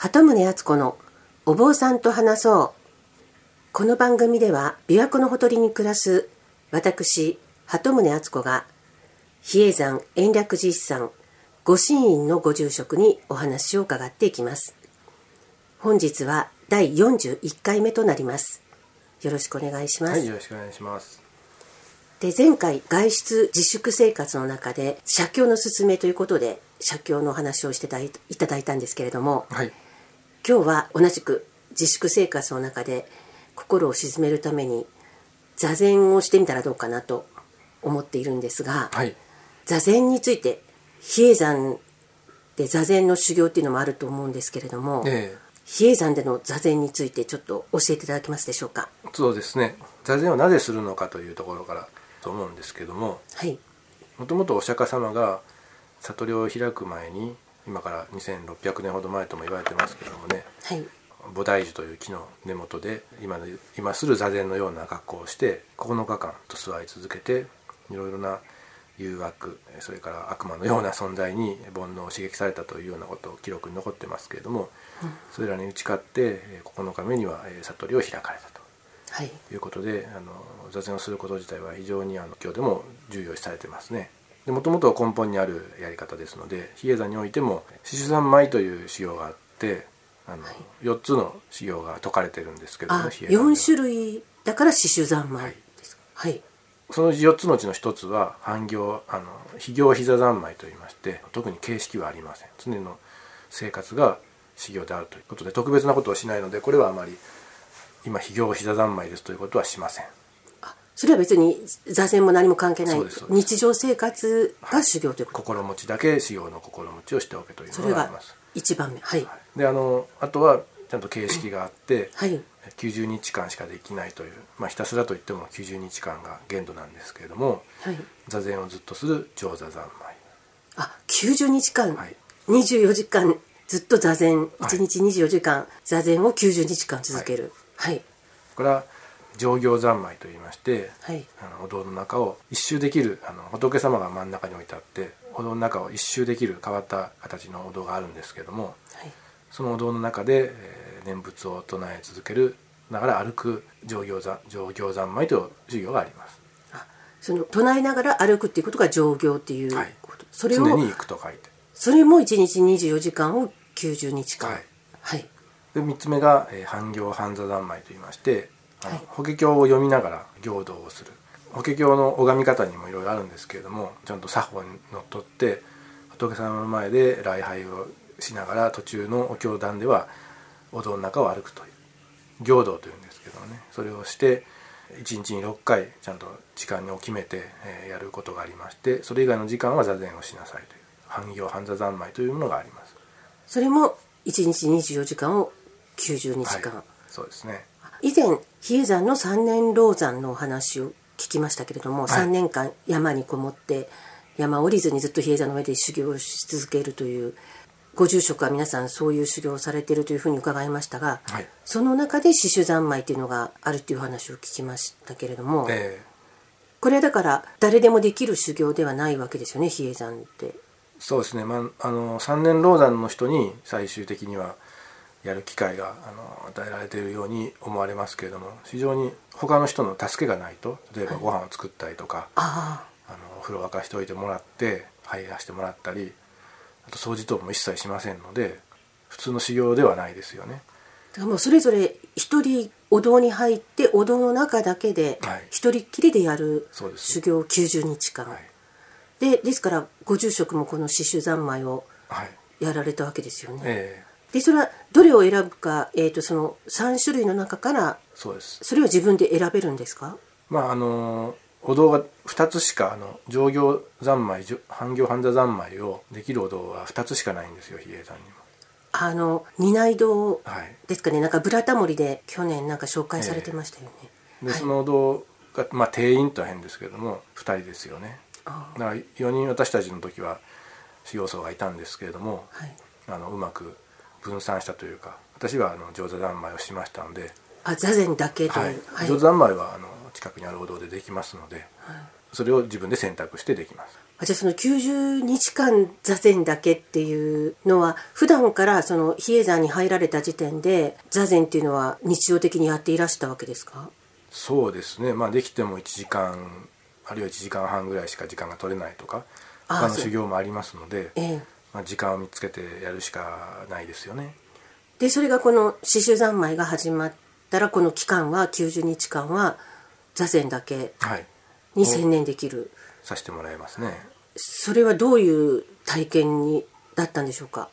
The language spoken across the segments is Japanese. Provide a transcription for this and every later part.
鳩宗敦子のお坊さんと話そう。この番組では琵琶湖のほとりに暮らす私鳩宗敦子が比叡山延暦寺一山御神院のご住職にお話を伺っていきます。本日は第41回目となります。よろしくお願いします。 はい、よろしくお願いします。 で、前回外出自粛生活の中で写経の勧めということで写経のお話をしていただいたんですけれども、 はい、 今日は同じく自粛生活の中で心を鎮めるために座禅をしてみたらどうかなと思っているんですが、 はい、 座禅について比叡山で座禅の修行っていうのもあると思うんですけれども、比叡山での座禅についてちょっと教えていただけますでしょうか。 そうですね。座禅をなぜするのかというところからと思うんですけども、もともとお釈迦様が悟りを開く前に、今から2600年ほど前とも言われてますけどもね、菩提樹という木の根元で今する座禅のような格好をして9日間と座り続けて、いろいろな誘惑、それから悪魔のような存在に煩悩を刺激されたというようなことを記録に残ってますけれども、それらに打ち勝って9日目には悟りを開かれたということで、座禅をすること自体は非常に今日でも重要視されてますね。もともと根本にあるやり方ですので、比叡山においても四種三昧という修行があって、4つの修行が説かれてるんですけども、 4種類だから四種三昧ですか。 その4つのうちの1つは非行膝三昧といいまして、特に形式はありません。常の生活が修行であるということで、特別なことをしないので、これはあまり今非行膝三昧ですということはしません。 それは別に座禅も何も関係ない、日常生活が修行ということ。 心持ちだけ修行の心持ちをしておけというのがあります。 それが1番目。 であとはちゃんと形式があって、90日間しかできないという、ひたすらといっても90日間が限度なんですけれども、座禅をずっとする上座三昧。 90日間、24時間ずっと座禅、1日24時間座禅を90日間続ける。 これは上行三昧といいまして、お堂の中を一周できる仏様が真ん中に置いてあって、お堂の中を一周できる変わった形のお堂があるんですけども、そのお堂の中で念仏を唱え続けるながら歩く上行三昧という授業があります。 その唱えながら歩くっていうことが上行っていうこと、それを常に行くと書いて、 それも1日24時間を90日間。 で3つ目が半行半座三昧といいまして、法華経を読みながら行道をする。法華経の拝み方にもいろいろあるんですけれども、ちゃんと作法にのっとって仏様の前で礼拝をしながら、途中のお経壇ではお堂の中を歩くという行道というんですけどね、それをして1日に6回ちゃんと時間を決めてやることがありまして、それ以外の時間は座禅をしなさいという半行半座三昧というものがあります。 それも1日24時間を90日間。 そうですね。 以前比叡山の三年籠山のお話を聞きましたけれども、3年間山にこもって山降りずにずっと比叡山の上で修行をし続けるという、ご住職は皆さんそういう修行をされているというふうに伺いましたが、その中で四種三昧というのがあるという話を聞きましたけれども、これはだから誰でもできる修行ではないわけですよね、比叡山って。 そうですね。三年籠山の人に最終的にはやる機会が与えられているように思われますけれども、非常に他の人の助けがないと、例えばご飯を作ったりとか、お風呂沸かしておいてもらって入らせてもらったり、あと掃除等も一切しませんので、普通の修行ではないですよね。 だからもうそれぞれ一人お堂に入ってお堂の中だけで一人っきりでやる修行90日間、ですからご住職もこの四種三昧をやられたわけですよね。でそれはどれを選ぶか、その3種類の中からそれを自分で選べるんですか。 お堂が2つしか上行三昧半行半座三昧をできるお堂は2つしかないんですよ、比叡山にも。二内堂ですかね、なんかブラタモリで去年なんか紹介されてましたよね。 でそのお堂が、定員とは変ですけれども2人ですよね。だから4人私たちの時は修行僧がいたんですけれども、うまく分散したというか、私は上座三昧をしましたので、 座禅だけという、 上座三昧は近くにあるお堂でできますので、それを自分で選択してできます。 じゃあその90日間座禅だけっていうのは普段からその比叡山に入られた時点で座禅っていうのは日常的にやっていらしたわけですか？ そうですね、できても1時間あるいは1時間半ぐらいしか時間が取れないとか他の修行もありますので、時間を見つけてやるしかないですよね。 でそれがこの四種三昧が始まったらこの期間は90日間は座禅だけに専念できる、 させてもらいますね。 それはどういう体験だったんでしょうか？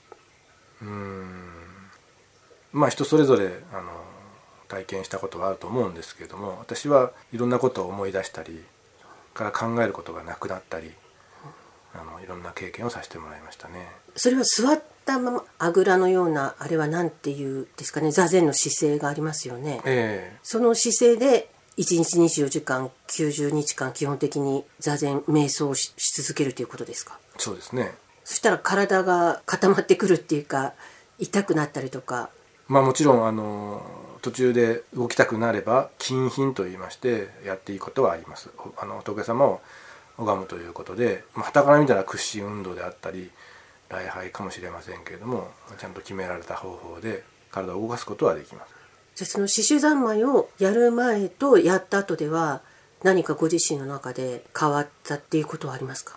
人それぞれ体験したことはあると思うんですけれども、私はいろんなことを思い出したりから考えることがなくなったりいろんな経験をさせてもらいましたね。それは座ったままあぐらのようなあれは何ていうですかね、座禅の姿勢がありますよね、その姿勢で1日24時間90日間基本的に座禅瞑想を し続けるということですか？ そうですね。 そしたら体が固まってくるっていうか痛くなったりとか、 もちろん途中で動きたくなれば禁品といいましてやっていいことはあります。仏様を拝むということで、傍から見たら屈伸運動であったり礼拝かもしれませんけれども、ちゃんと決められた方法で体を動かすことはできます。 じゃあその四種三昧をやる前とやった後では何かご自身の中で変わったっていうことはありますか？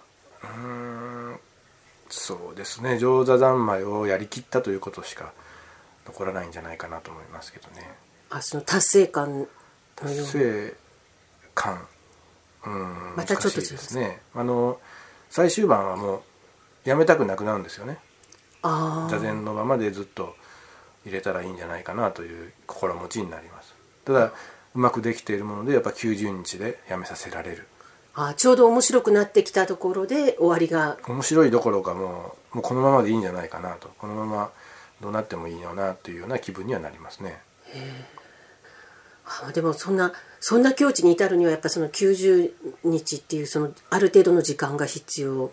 そうですね、上座三昧をやりきったということしか残らないんじゃないかなと思いますけどね。 その達成感のような。 達成感、 またちょっと違いですね。最終盤はもうやめたくなくなるんですよね。座禅のままでずっと入れたらいいんじゃないかなという心持ちになります。ただうまくできているものでやっぱ90日でやめさせられる。 ちょうど面白くなってきたところで終わりが面白いどころかもうこのままでいいんじゃないかなと、このままどうなってもいいよなというような気分にはなりますね。 でもそんな境地に至るにはやっぱその90日っていうそのある程度の時間が必要。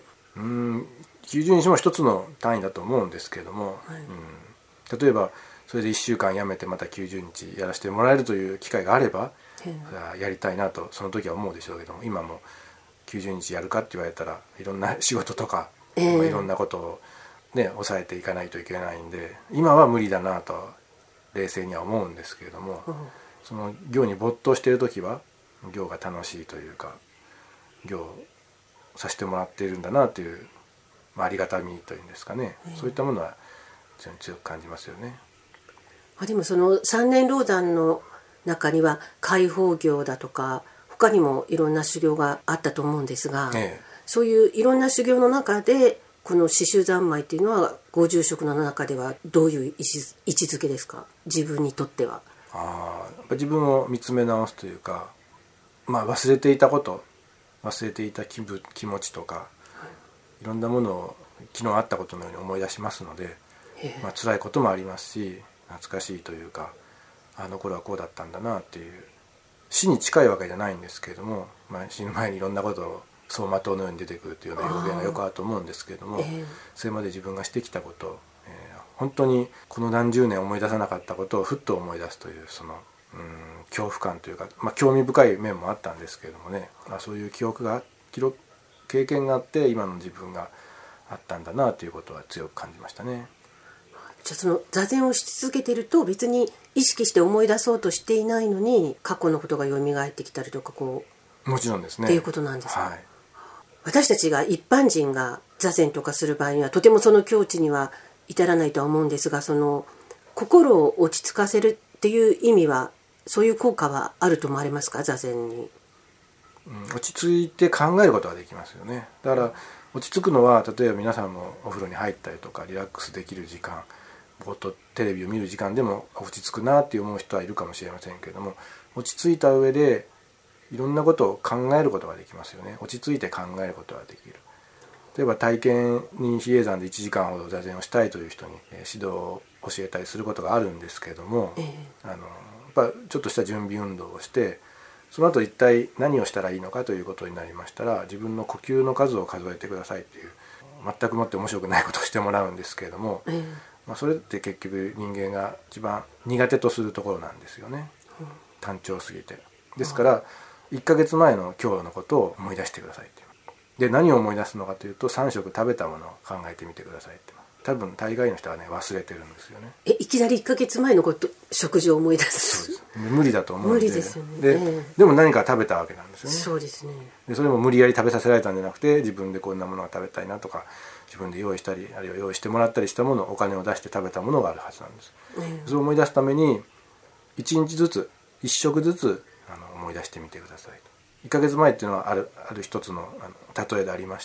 90日も一つの単位だと思うんですけれども、例えばそれで1週間やめてまた90日やらせてもらえるという機会があればやりたいなとその時は思うでしょうけども、今も90日やるかって言われたらいろんな仕事とか、いろんなことを抑えていかないといけないんで今は無理だなと冷静には思うんですけれども、その行に没頭している時は行が楽しいというか行をさせてもらっているんだなという、ありがたみというんですかね、そういったものは非常に強く感じますよね。 でもその三年籠山の中には開放行だとか他にもいろんな修行があったと思うんですが、そういういろんな修行の中でこの四種三昧っていうのはご住職の中ではどういう位置づけですか？自分にとっては。 やっぱ自分を見つめ直すというか、忘れていたこと、忘れていた気持ちとか、いろんなものを昨日あったことのように思い出しますので、辛いこともありますし懐かしいというか、あの頃はこうだったんだなっていう、死に近いわけじゃないんですけれども、死ぬ前にいろんなことを走馬灯のように出てくるというような表現がよくあると思うんですけれども、それまで自分がしてきたこと、本当にこの何十年思い出さなかったことをふっと思い出すというその恐怖感というか、興味深い面もあったんですけれどもね、そういう経験があって今の自分があったんだなということは強く感じましたね。 じゃあその座禅をし続けていると別に意識して思い出そうとしていないのに過去のことが蘇ってきたりとかもちろんですねっていうことなんですね。私たちが一般人が座禅とかする場合にはとてもその境地には至らないとは思うんですが、その心を落ち着かせるっていう意味はそういう効果はあると思われますか？座禅に、 落ち着いて考えることができますよね。だから落ち着くのは例えば皆さんもお風呂に入ったりとかリラックスできる時間、ぼーっとテレビを見る時間でも落ち着くなって思う人はいるかもしれませんけれども、落ち着いた上でいろんなことを考えることができますよね。落ち着いて考えることができる。例えば体験に比叡山で1時間ほど座禅をしたいという人に指導を教えたりすることがあるんですけれども、やっぱちょっとした準備運動をしてその後一体何をしたらいいのかということになりましたら、自分の呼吸の数を数えてくださいという全くもって面白くないことをしてもらうんですけれども、それって結局人間が一番苦手とするところなんですよね、単調すぎて。ですから1ヶ月前の今日のことを思い出してくださいという。 で何を思い出すのかというと3食食べたものを考えてみてくださいって。多分大概の人はね忘れてるんですよね。 いきなり1ヶ月前の食事を思い出す。 そうです無理だと思うんで。 無理ですよね。 でも何か食べたわけなんですよね。 そうですね。 でそれも無理やり食べさせられたんじゃなくて、自分でこんなものが食べたいなとか、自分で用意したり、あるいは用意してもらったりしたもの、お金を出して食べたものがあるはずなんです。それを思い出すために1日ずつ1食ずつ思い出してみてください。1ヶ月前っていうのはある一つの例えでありまして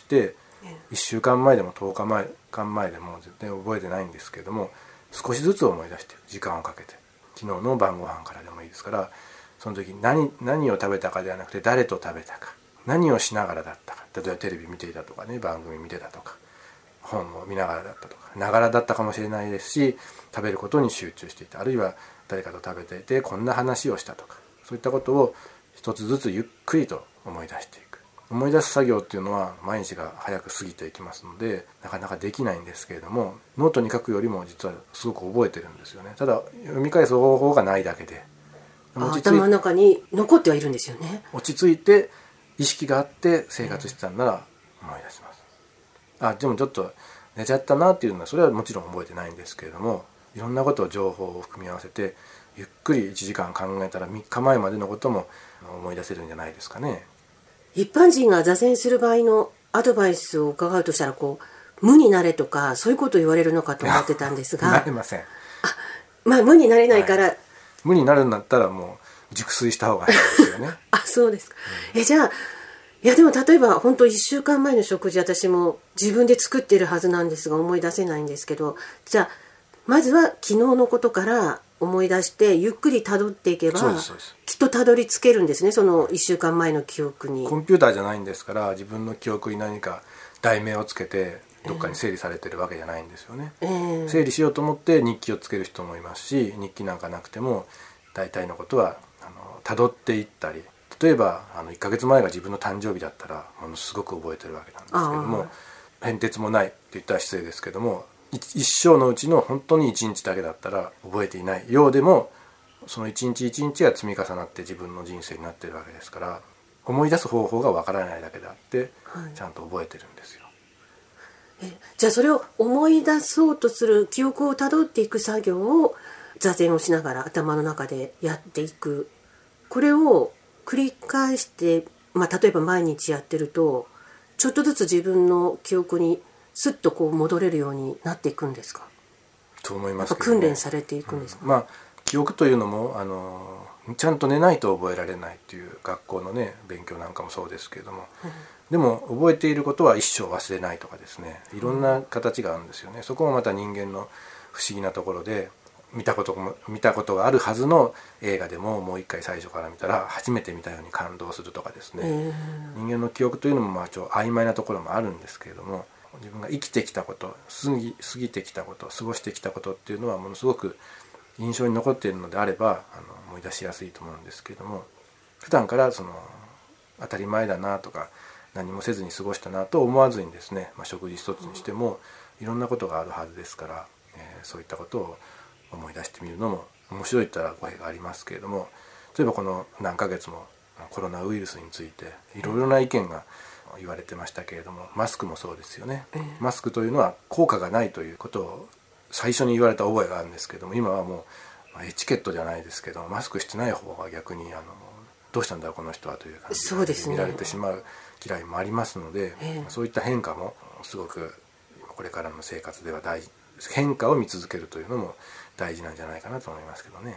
、1週間前でも10日前でも絶対覚えてないんですけれども、少しずつ思い出して時間をかけて、昨日の晩ご飯からでもいいですから、その時何を食べたかではなくて誰と食べたか、何をしながらだったか、例えばテレビ見ていたとかね、番組見てたとか、本を見ながらだったとか、ながらだったかもしれないですし、食べることに集中していた、あるいは誰かと食べていてこんな話をしたとか、そういったことを一つずつゆっくりと思い出していく。思い出す作業っていうのは毎日が早く過ぎていきますので、なかなかできないんですけれども、ノートに書くよりも実はすごく覚えてるんですよね。ただ読み返す方法がないだけで、 頭の中に残ってはいるんですよね。 落ち着いて意識があって生活してたんなら思い出します。でもちょっと寝ちゃったなっていうのは、それはもちろん覚えてないんですけれども、いろんなことを情報を組み合わせてゆっくり1時間考えたら3日前までのことも思い出せるんじゃないですかね。 一般人が座禅する場合のアドバイスを伺うとしたら、無になれとかそういうことを言われるのかと思ってたんですがなれません。 無になれないから、 無になるんだったらもう熟睡した方がいいですよね。 そうですか。じゃあでも例えば本当1週間前の食事、私も自分で作っているはずなんですが思い出せないんですけど、じゃあまずは昨日のことから思い出してゆっくりたどっていけばきっとたどり着けるんですね、その1週間前の記憶に。 コンピューターじゃないんですから、自分の記憶に何か題名をつけてどっかに整理されてるわけじゃないんですよね。整理しようと思って日記をつける人もいますし、日記なんかなくても大体のことはたどっていったり、例えば1ヶ月前が自分の誕生日だったらものすごく覚えてるわけなんですけども、変哲もないって言ったら失礼ですけども、一生のうちの本当に1日だけだったら覚えていないようでも、その一日一日が積み重なって自分の人生になっているわけですから、思い出す方法がわからないだけであって、ちゃんと覚えてるんですよ。 じゃあそれを思い出そうとする、記憶をたどっていく作業を座禅をしながら頭の中でやっていく、これを繰り返して、例えば毎日やってるとちょっとずつ自分の記憶にスッと戻れるようになっていくんですか？ と思いますけどね。 訓練されていくんですか？ 記憶というのもちゃんと寝ないと覚えられないっていう学校のね勉強なんかもそうですけれども、でも覚えていることは一生忘れないとかですね、いろんな形があるんですよね。そこもまた人間の不思議なところで、見たことがあるはずの映画でももう一回最初から見たら初めて見たように感動するとかですね、人間の記憶というのも曖昧なところもあるんですけれども、自分が生きてきたこと、過ぎてきたこと、過ごしてきたことっていうのはものすごく印象に残っているのであれば思い出しやすいと思うんですけれども、普段から当たり前だなとか何もせずに過ごしたなと思わずにですね、食事一つにしてもいろんなことがあるはずですから、そういったことを思い出してみるのも面白いと言ったら語弊がありますけれども、例えばこの何ヶ月もコロナウイルスについていろいろな意見が言われてましたけれども、マスクもそうですよね。マスクというのは効果がないということを最初に言われた覚えがあるんですけども、今はもうエチケットじゃないですけど、マスクしてない方が逆にどうしたんだろうこの人はという感じで見られてしまう嫌いもありますので、そういった変化もすごくこれからの生活では変化を見続けるというのも大事なんじゃないかなと思いますけどね。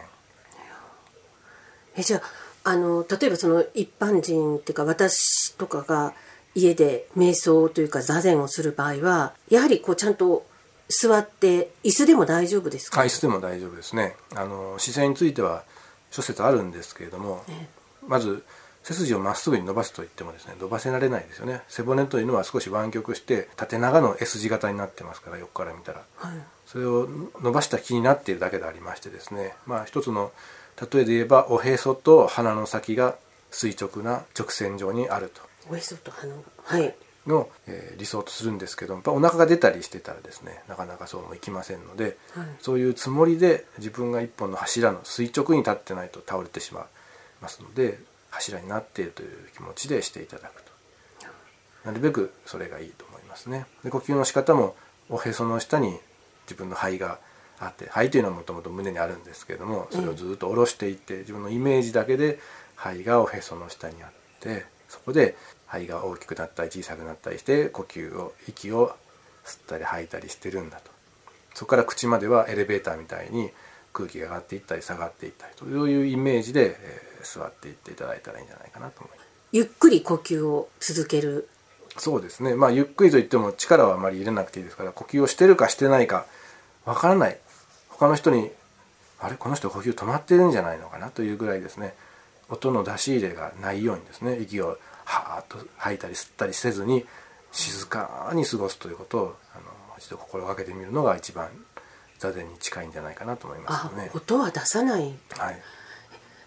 じゃあ例えばその一般人っていうか私とかが家で瞑想というか座禅をする場合は、やはりちゃんと座って椅子でも大丈夫ですか？ 椅子でも大丈夫ですね。姿勢については諸説あるんですけれども、まず背筋をまっすぐに伸ばすといってもですね、伸ばせられないですよね。背骨というのは少し湾曲して縦長の S 字型になってますから、横から見たら、それを伸ばした気になっているだけでありましてですね、一つの例えで言えばおへそと鼻の先が垂直な直線上にあると、 おへそと鼻の、理想とするんですけど、お腹が出たりしてたらですね、なかなかそうもいきませんので、そういうつもりで自分が一本の柱の垂直に立ってないと倒れてしまいますので、柱になっているという気持ちでしていただくと。 なるべくそれがいいと思いますね。で呼吸の仕方もおへその下に自分の肺があって、肺というのはもともと胸にあるんですけれども、それをずっと下ろしていって自分のイメージだけで肺がおへその下にあって、そこで肺が大きくなったり小さくなったりして息を吸ったり吐いたりしてるんだと。そこから口まではエレベーターみたいに空気が上がっていったり下がっていったりというイメージで、座っていっていただいたらいいんじゃないかなと思います。 ゆっくり呼吸を続ける。 そうですね。ゆっくりといっても力はあまり入れなくていいですから、呼吸をしてるかしてないかわからない、他の人にあれこの人呼吸止まってるんじゃないのかなというぐらいですね、音の出し入れがないようにですね、息をはーっと吐いたり吸ったりせずに静かに過ごすということを一度心がけてみるのが一番座禅に近いんじゃないかなと思いますね。 音は出さない。 はい。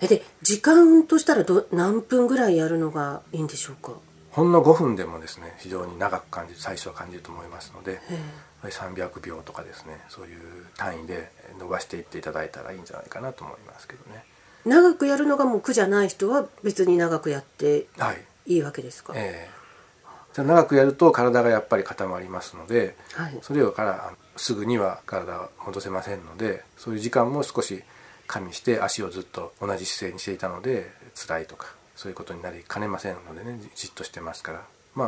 で時間としたら何分ぐらいやるのがいいんでしょうか。 ほんの5分でもですね非常に長く最初は感じると思いますので、300秒とかですね、そういう単位で伸ばしていっていただいたらいいんじゃないかなと思いますけどね。 長くやるのがもう苦じゃない人は別に長くやっていいわけですか。 じゃ長くやると体がやっぱり固まりますので、それをからすぐには体を戻せませんので、そういう時間も少し加味して足をずっと同じ姿勢にしていたので辛いとかそういうことになりかねませんのでね、じっとしてますから、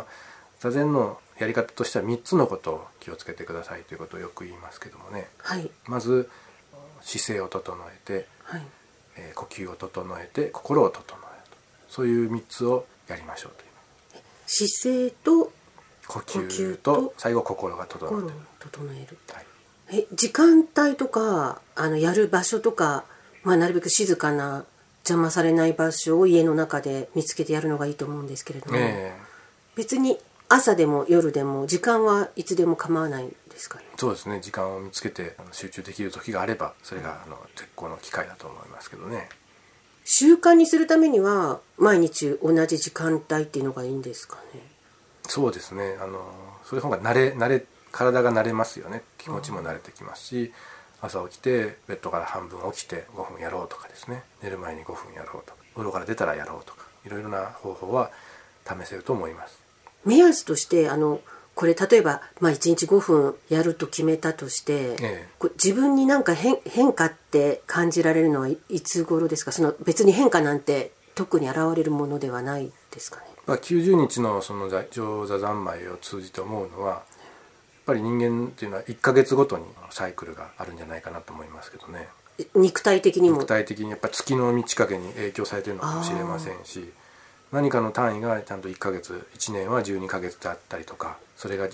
座禅のやり方としては3つのことを気をつけてくださいということをよく言いますけどもね、まず姿勢を整えて、呼吸を整えて心を整えると、そういう3つをやりましょうという。 姿勢と呼吸と最後心が整える。時間帯とかやる場所とか、なるべく静かな邪魔されない場所を家の中で見つけてやるのがいいと思うんですけれども、別に朝でも夜でも時間はいつでも構わないんですかね。 そうですね。時間を見つけて集中できる時があればそれが絶好の機会だと思いますけどね。 習慣にするためには毎日同じ時間帯っていうのがいいんですかね。 そうですね。それ方が体が慣れますよね。気持ちも慣れてきますし、朝起きてベッドから半分起きて5分やろうとかですね、寝る前に5分やろうとか、風呂から出たらやろうとか、いろいろな方法は試せると思います。 目安としてこれ例えば、1日5分やると決めたとして、自分に何か変化って感じられるのはいつ頃ですか。別に変化なんて特に現れるものではないですかね。 90日のその上座三昧を通じて思うのは、やっぱり人間っていうのは1ヶ月ごとにサイクルがあるんじゃないかなと思いますけどね。 肉体的にもやっぱり月の満ち欠けに影響されているのかもしれませんし、何かの単位がちゃんと1ヶ月1年は12ヶ月であったりとか、それが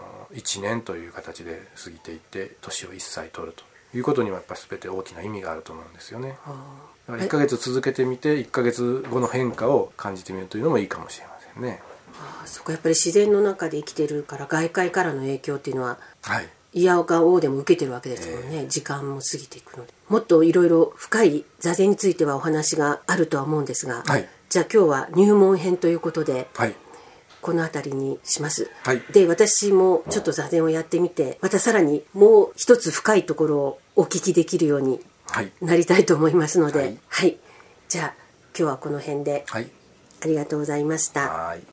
1年という形で過ぎていって年を1歳取るということにはやっぱ全て大きな意味があると思うんですよね。だから1ヶ月続けてみて1ヶ月後の変化を感じてみるというのもいいかもしれませんね。 そこやっぱり自然の中で生きてるから外界からの影響っていうのは、いやがおうでも受けてるわけですもんね。時間も過ぎていくので、もっといろいろ深い座禅についてはお話があるとは思うんですが、じゃあ今日は入門編ということで、この辺りにします。で私もちょっと座禅をやってみて、またさらにもう一つ深いところをお聞きできるようになりたいと思いますので、じゃあ今日はこの辺で、ありがとうございました。